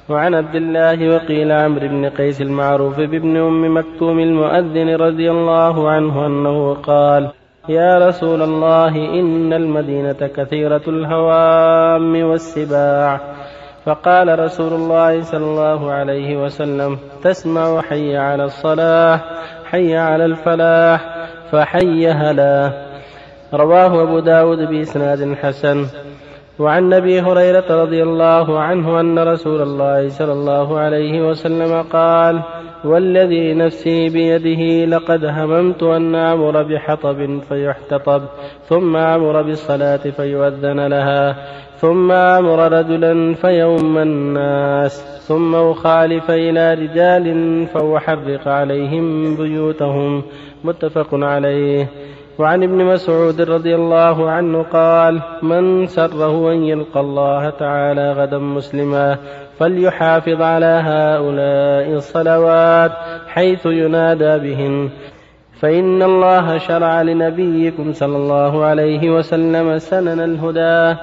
وعن عبد الله وقيل عمرو بن قيس المعروف بابن أم مكتوم المؤذن رضي الله عنه أنه قال: يا رسول الله، إن المدينة كثيرة الهوام والسباع. فقال رسول الله صلى الله عليه وسلم: تسمع حي على الصلاة، حي على الفلاح، فحي هلا. رواه أبو داود بإسناد حسن. وعن أبي هريرة رضي الله عنه أن رسول الله صلى الله عليه وسلم قال: والذي نفسي بيده لقد هممت أن أمر بحطب فيحتطب، ثم أمر بالصلاة فيؤذن لها، ثم أمر رجلا فيؤم الناس، ثم أخالف إلى رجال فأحرق عليهم بيوتهم. متفق عليه. وعن ابن مسعود رضي الله عنه قال: من سره أن يلقى الله تعالى غدا مسلما فليحافظ على هؤلاء الصلوات حيث ينادى بهن، فإن الله شرع لنبيكم صلى الله عليه وسلم سنن الهدى،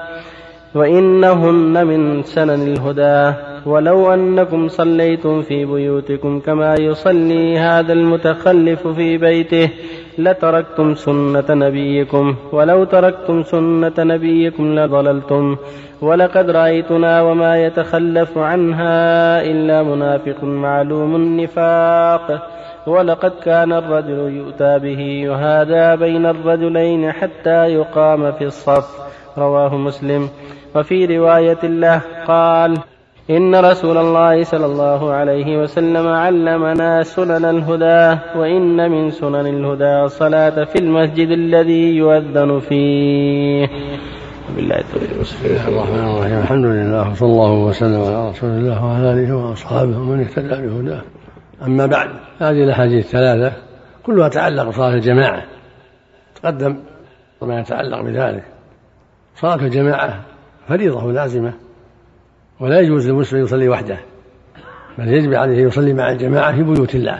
وإنهن من سنن الهدى. ولو أنكم صليتم في بيوتكم كما يصلي هذا المتخلف في بيته لتركتم سنة نبيكم، ولو تركتم سنة نبيكم لضللتم. ولقد رأيتنا وما يتخلف عنها إلا منافق معلوم النفاق، ولقد كان الرجل يؤتى به يهادى بين الرجلين حتى يقام في الصف. رواه مسلم. وفي رواية له قال: إن رسول الله صلى الله عليه وسلم علمنا سنن الهدى، وإن من سنن الهدى الصلاة في المسجد الذي يؤذن فيه. بالله التوفيق. بسم الله الرحمن الرحيم. الحمد لله وصلى الله وسلم على رسول الله وعلى آله وأصحابه ومن اهتدى بهداه. أما بعد، هذه الأحاديث الثلاثة كلها تتعلق بصلاة الجماعة، تقدم ما يتعلق بذلك. صلاة الجماعة فريضة لازمة، ولا يجوز للمسلم يصلي وحده، بل يجب عليه يصلي مع الجماعة في بيوت الله.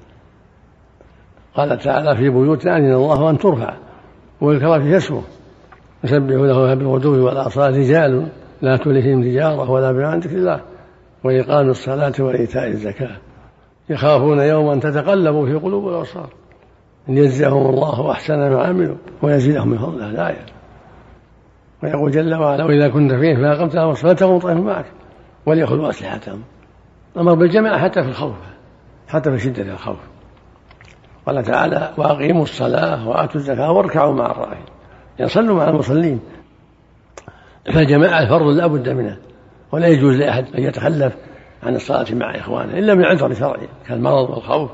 قال تعالى: في بيوت أذن الله أن ترفع ويذكر فيها اسمه يسبح له بالغدو والآصال رجال لا تلههم تجارة ولا بيع عن ذكر الله وإقام الصلاة وإيتاء الزكاة يخافون يوما تتقلب في قلوب الأبصار ليجزيهم الله أحسن ما عملوا ويزيدهم من فضله. الآية. ويقول جل وعلا: وإذا كنت فيه فأقمت لهم الصلاة فهم طائف معك وليأخذوا أسلحتهم. أمر بالجماعة حتى في الخوف، حتى في شدة الخوف. قال تعالى: وأقيموا الصلاة وآتوا الزكاة واركعوا مع الراكعين. يصلوا مع المصلين. فالجماعة فرض لا بد منه، ولا يجوز لأحد أن يتخلف عن الصلاة مع إخوانه إلا من عذر شرعي كالمرض والخوف.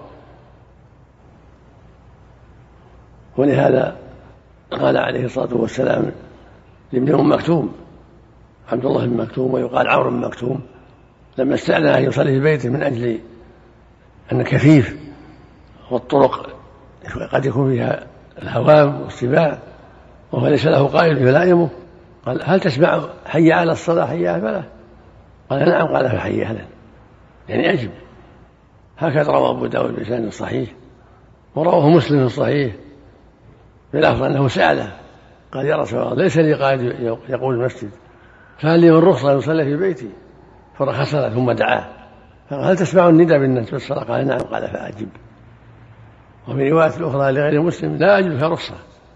ولهذا قال عليه الصلاة والسلام لابن أم مكتوم عبد الله بن مكتوم ويقال عمرو بن مكتوم لما استأذن أن يصلي في بيته من أجل أن كثيف والطرق قد يكون فيها الهوام والسباع وهو ليس له قائد يلائمه، قال: هل تسمع حي على الصلاة حي على الفلاح؟ قال: نعم. قال: فحي أهلا، يعني أجب. هكذا روى أبو داود بإسناد صحيح، ورواه مسلم في الصحيح بلفظ أنه سأله قال: يا رسول الله، ليس لي قائد يقول المسجد، فهل لي من رخصة يصلي في بيتي؟ فرخص له ثم دعاه فقال: هل تسمع النداء بالناس بالصلاة؟ قال: نعم. قال: فأجب. وفي رواية الأخرى لغير مسلم: لا أجد فيها رخصة.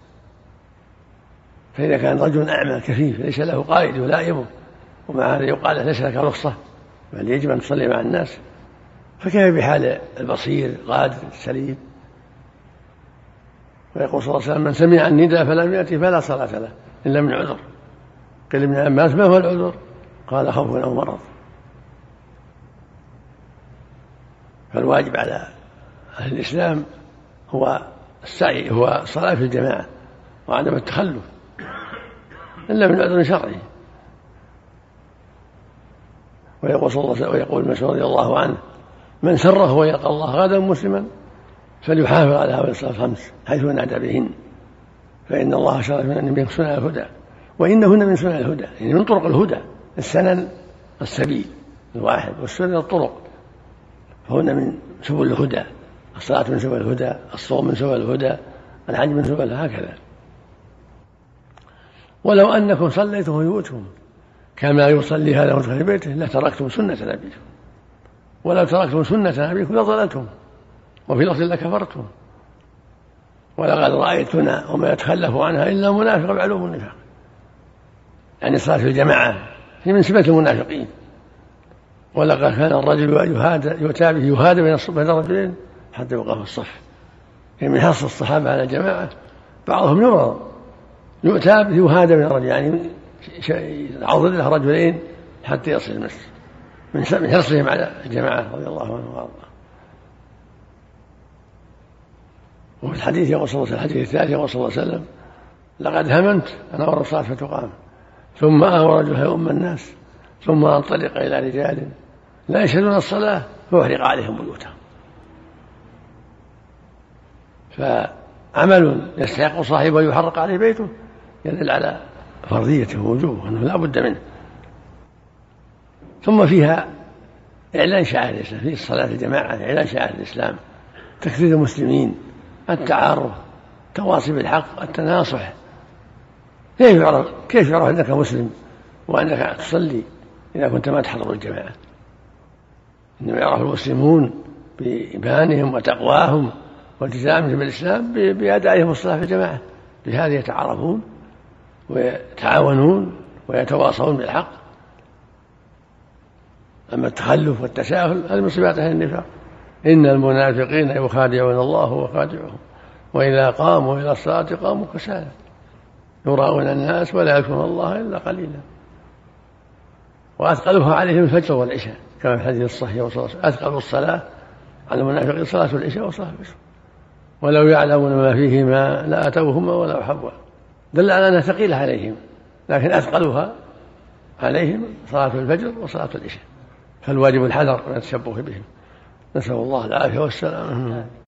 فإذا كان رجل أعمى كفيف ليس له قائد يلائمه ومع هذا يقال له ليس لك رخصة بل يجب أن تصلي مع الناس، فكيف بحال البصير قادر السليم؟ ويقول صلى الله عليه وسلم: من سمع النداء فلم يأتي فلا صلاة له إلا من عذر. قيل ابن عباس: ما هو العذر؟ قال: خوف أو مرض. فالواجب على أهل الإسلام هو السعي، هو الصلاة في الجماعة وعدم التخلف إلا من عذر شرعي. ويقول صلى الله عليه وسلم ويقول مسعود رضي الله عنه: من سره ويلقى الله غدا مسلما فليحافظ على هؤلاء الصلاة الخمس حيث نادى بهن، فإن الله شرع من سنن الهدى وإنهن من سنن الهدى، يعني من طرق الهدى. السنن السبيل الواحد، والسنن الطرق، فهن من سبل الهدى. الصلاة من سبل الهدى، الصوم من سبل الهدى، الحج من سبل، هكذا. ولو أنكم صليتم في بيوتكم كما يصلي هذا في بيته لتركتم سنة نبيكم، ولو تركتم سنة نبيكم لضللتم، وفي لفظ لكفرتم، ولقد رأيتنا وما يتخلف عنها إلا منافق معلوم النفاق. يعني صلاة الجماعة هي من صفة المنافقين. ولقد كان الرجل يهادى بين الرجلين حتى يوقف الصف. يعني من حرص الصحابة على الجماعة بعضهم يؤتى به يهادى بين الرجلين، يعني يعضد له رجلين حتى يصل المسجد من حرصهم على الجماعة رضي الله عنه وارضاه. وفي الحديث يقول صلى الله عليه وسلم، الحديث الثالث يقول صلى الله عليه وسلم: لقد هممت أن أمر الصلاة فتقام ثم آمر رجل يؤم الناس ثم أنطلق إلى رجال لا يشهدون الصلاة فأحرق عليهم بيوتهم. فعمل يستحق صاحبه ويحرق عليه بيته يدل على فرضيته ووجوبه أنه لا بد منه. ثم فيها إعلان شعائر الإسلام، في الصلاة الجماعة إعلان شعائر الإسلام، تكثير المسلمين، التعارف، التواصي بالحق، التناصح. كيف يعرف أنك مسلم وأنك تصلي إذا كنت ما تحضر الجماعة؟ إنما يعرف المسلمون بإيمانهم وتقواهم والتزامهم بالإسلام بأدائهم الصلاة في الجماعة، بهذا يتعارفون ويتعاونون ويتواصون بالحق. أما التخلف والتساهل هذا من صفات أهل النفاق. إن المنافقين يخادعون الله وخادعهم وإذا قاموا إلى الصلاة قاموا كسالى يراءون الناس ولا يذكرون الله إلا قليلا. وأثقلها عليهم الفجر والعشاء كما في الحديث الصحيح، أثقل الصلاة على المنافقين صلاة العشاء وصلاة الفجر، ولو يعلمون ما فيهما لأتوهما ولو حبوا. دل على أنها ثقيلة عليهم، لكن أثقلها عليهم صلاة الفجر وصلاة العشاء، فالواجب الحذر من التشبه بهم. نسأل الله العافية والسلامة.